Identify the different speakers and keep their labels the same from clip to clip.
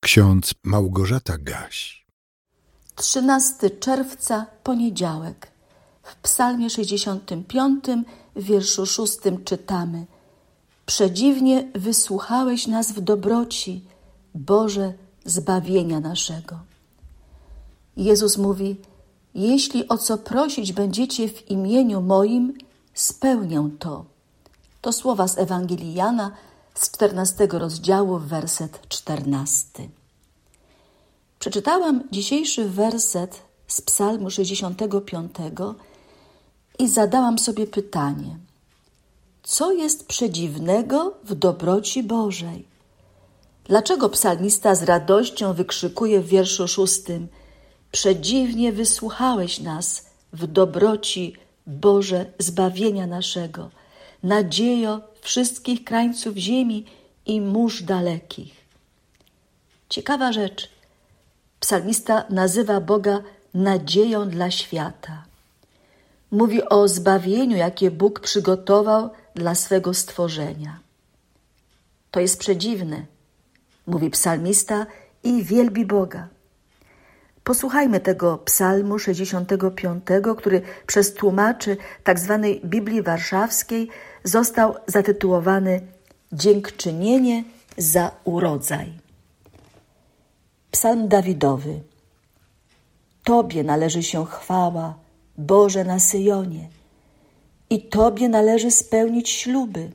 Speaker 1: Ksiądz Małgorzata Gaś.
Speaker 2: 13 czerwca, poniedziałek. W psalmie 65, w wierszu 6 czytamy: Przedziwnie wysłuchałeś nas w dobroci, Boże zbawienia naszego. Jezus mówi: jeśli o co prosić będziecie w imieniu moim, spełnię to. To słowa z Ewangelii Jana z 14 rozdziału, werset 14. Przeczytałam dzisiejszy werset z psalmu 65 i zadałam sobie pytanie: co jest przedziwnego w dobroci Bożej? Dlaczego psalmista z radością wykrzykuje w wierszu 6: Przedziwnie wysłuchałeś nas w dobroci, Boże zbawienia naszego, nadziejo wszystkich krańców ziemi i mórz dalekich. Ciekawa rzecz. Psalmista nazywa Boga nadzieją dla świata. Mówi o zbawieniu, jakie Bóg przygotował dla swego stworzenia. To jest przedziwne, mówi psalmista i wielbi Boga. Posłuchajmy tego psalmu 65, który przez tłumaczy tzw. Biblii Warszawskiej został zatytułowany Dziękczynienie za urodzaj. Psalm Dawidowy. Tobie należy się chwała, Boże na Syjonie, i Tobie należy spełnić śluby.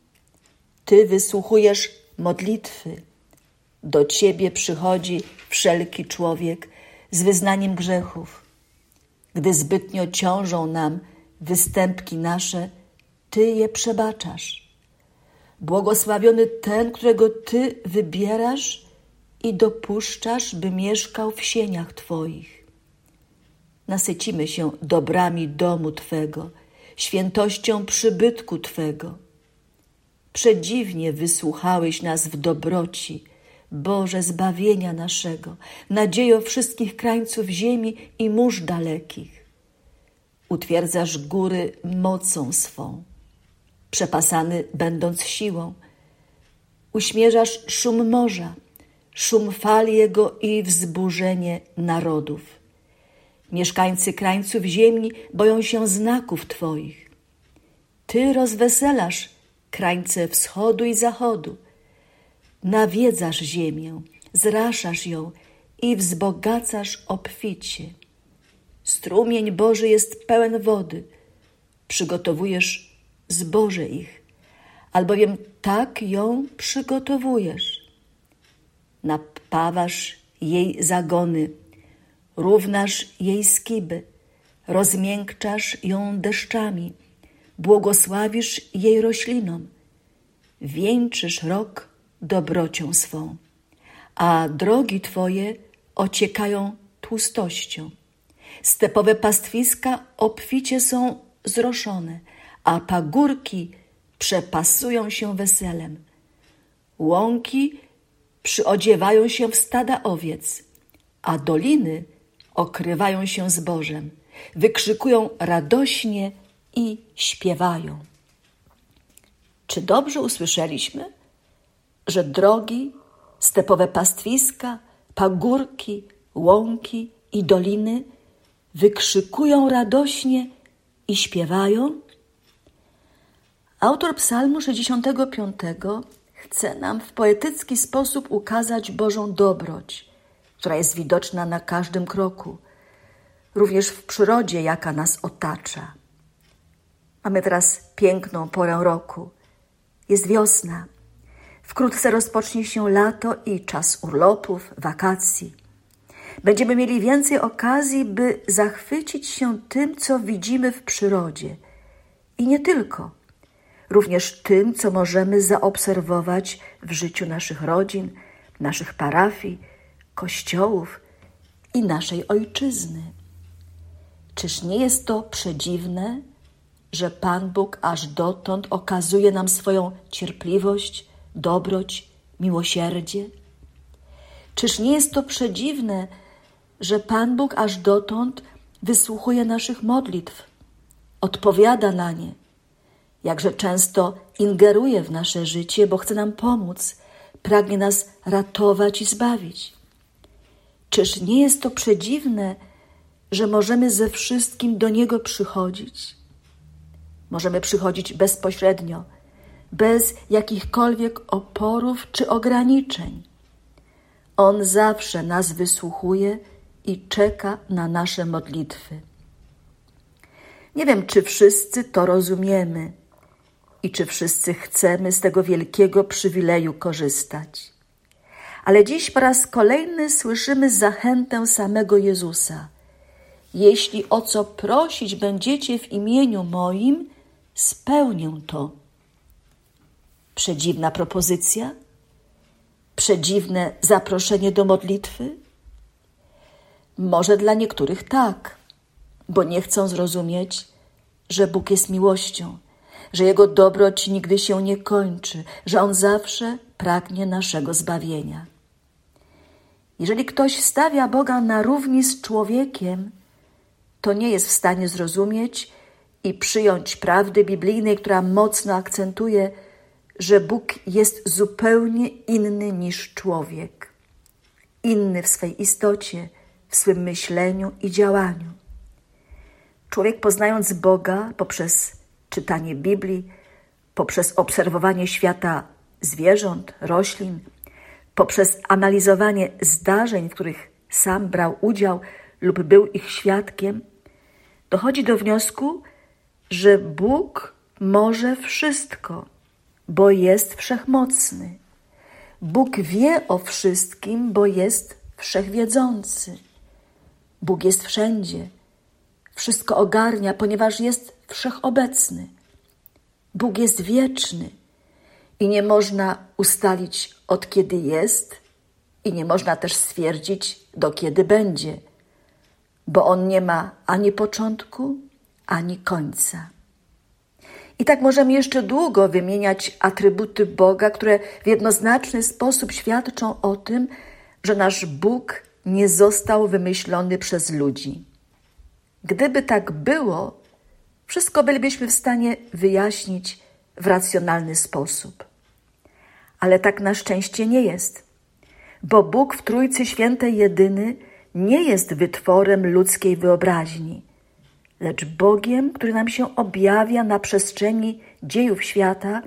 Speaker 2: Ty wysłuchujesz modlitwy. Do Ciebie przychodzi wszelki człowiek z wyznaniem grzechów. Gdy zbytnio ciążą nam występki nasze, Ty je przebaczasz. Błogosławiony ten, którego Ty wybierasz i dopuszczasz, by mieszkał w sieniach Twoich. Nasycimy się dobrami domu Twego, świętością przybytku Twego. Przedziwnie wysłuchałeś nas w dobroci, Boże zbawienia naszego, nadziejo wszystkich krańców ziemi i mórz dalekich. Utwierdzasz góry mocą swą, przepasany będąc siłą. Uśmierzasz szum morza, szum fal jego i wzburzenie narodów. Mieszkańcy krańców ziemi boją się znaków Twoich. Ty rozweselasz krańce wschodu i zachodu. Nawiedzasz ziemię, zraszasz ją i wzbogacasz obficie. Strumień Boży jest pełen wody. Przygotowujesz zboże ich, albowiem tak ją przygotowujesz. Napawasz jej zagony, równasz jej skiby, rozmiękczasz ją deszczami, błogosławisz jej roślinom, wieńczysz rok dobrocią swą, a drogi Twoje ociekają tłustością. Stepowe pastwiska obficie są zroszone, a pagórki przepasują się weselem. Łąki przyodziewają się w stada owiec, a doliny okrywają się zbożem. Wykrzykują radośnie i śpiewają. Czy dobrze usłyszeliśmy, że drogi, stepowe pastwiska, pagórki, łąki i doliny wykrzykują radośnie i śpiewają? Autor psalmu 65 chce nam w poetycki sposób ukazać Bożą dobroć, która jest widoczna na każdym kroku, również w przyrodzie, jaka nas otacza. Mamy teraz piękną porę roku. Jest wiosna. Wkrótce rozpocznie się lato i czas urlopów, wakacji. Będziemy mieli więcej okazji, by zachwycić się tym, co widzimy w przyrodzie. I nie tylko. Również tym, co możemy zaobserwować w życiu naszych rodzin, naszych parafii, kościołów i naszej ojczyzny. Czyż nie jest to przedziwne, że Pan Bóg aż dotąd okazuje nam swoją cierpliwość, dobroć, miłosierdzie? Czyż nie jest to przedziwne, że Pan Bóg aż dotąd wysłuchuje naszych modlitw, odpowiada na nie, jakże często ingeruje w nasze życie, bo chce nam pomóc, pragnie nas ratować i zbawić. Czyż nie jest to przedziwne, że możemy ze wszystkim do Niego przychodzić? Możemy przychodzić bezpośrednio, bez jakichkolwiek oporów czy ograniczeń. On zawsze nas wysłuchuje i czeka na nasze modlitwy. Nie wiem, czy wszyscy to rozumiemy i czy wszyscy chcemy z tego wielkiego przywileju korzystać. Ale dziś po raz kolejny słyszymy zachętę samego Jezusa. Jeśli o co prosić będziecie w imieniu moim, spełnię to. Przedziwna propozycja? Przedziwne zaproszenie do modlitwy? Może dla niektórych tak, bo nie chcą zrozumieć, że Bóg jest miłością, że Jego dobroć nigdy się nie kończy, że On zawsze pragnie naszego zbawienia. Jeżeli ktoś stawia Boga na równi z człowiekiem, to nie jest w stanie zrozumieć i przyjąć prawdy biblijnej, która mocno akcentuje, że Bóg jest zupełnie inny niż człowiek. Inny w swej istocie, w swym myśleniu i działaniu. Człowiek, poznając Boga poprzez czytanie Biblii, poprzez obserwowanie świata zwierząt, roślin, poprzez analizowanie zdarzeń, w których sam brał udział lub był ich świadkiem, dochodzi do wniosku, że Bóg może wszystko, bo jest wszechmocny. Bóg wie o wszystkim, bo jest wszechwiedzący. Bóg jest wszędzie, wszystko ogarnia, ponieważ jest wszechobecny. Bóg jest wieczny i nie można ustalić, od kiedy jest, i nie można też stwierdzić, do kiedy będzie, bo On nie ma ani początku, ani końca. I tak możemy jeszcze długo wymieniać atrybuty Boga, które w jednoznaczny sposób świadczą o tym, że nasz Bóg nie został wymyślony przez ludzi. Gdyby tak było, wszystko bylibyśmy w stanie wyjaśnić w racjonalny sposób. Ale tak na szczęście nie jest, bo Bóg w Trójcy Świętej jedyny nie jest wytworem ludzkiej wyobraźni, lecz Bogiem, który nam się objawia na przestrzeni dziejów świata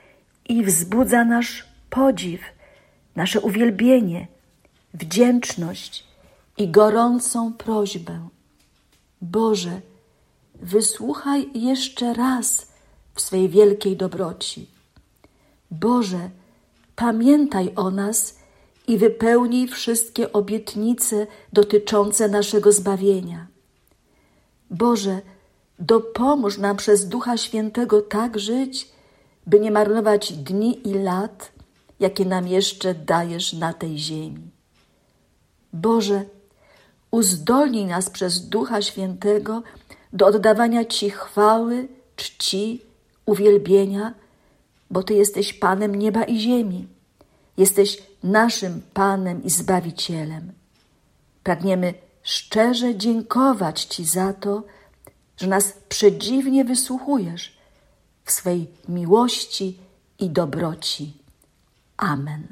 Speaker 2: i wzbudza nasz podziw, nasze uwielbienie, wdzięczność i gorącą prośbę. Boże, wysłuchaj jeszcze raz w swej wielkiej dobroci. Boże, pamiętaj o nas i wypełnij wszystkie obietnice dotyczące naszego zbawienia. Boże, dopomóż nam przez Ducha Świętego tak żyć, by nie marnować dni i lat, jakie nam jeszcze dajesz na tej ziemi. Boże, uzdolnij nas przez Ducha Świętego do oddawania Ci chwały, czci, uwielbienia, bo Ty jesteś Panem nieba i ziemi. Jesteś naszym Panem i Zbawicielem. Pragniemy szczerze dziękować Ci za to, że nas przedziwnie wysłuchujesz w swej miłości i dobroci. Amen.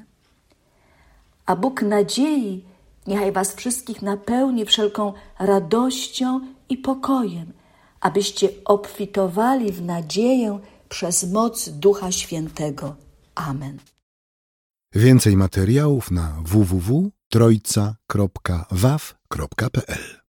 Speaker 2: A Bóg nadziei niechaj was wszystkich napełni wszelką radością i pokojem, abyście obfitowali w nadzieję przez moc Ducha Świętego. Amen.
Speaker 1: Więcej materiałów na www.trojca.waw.pl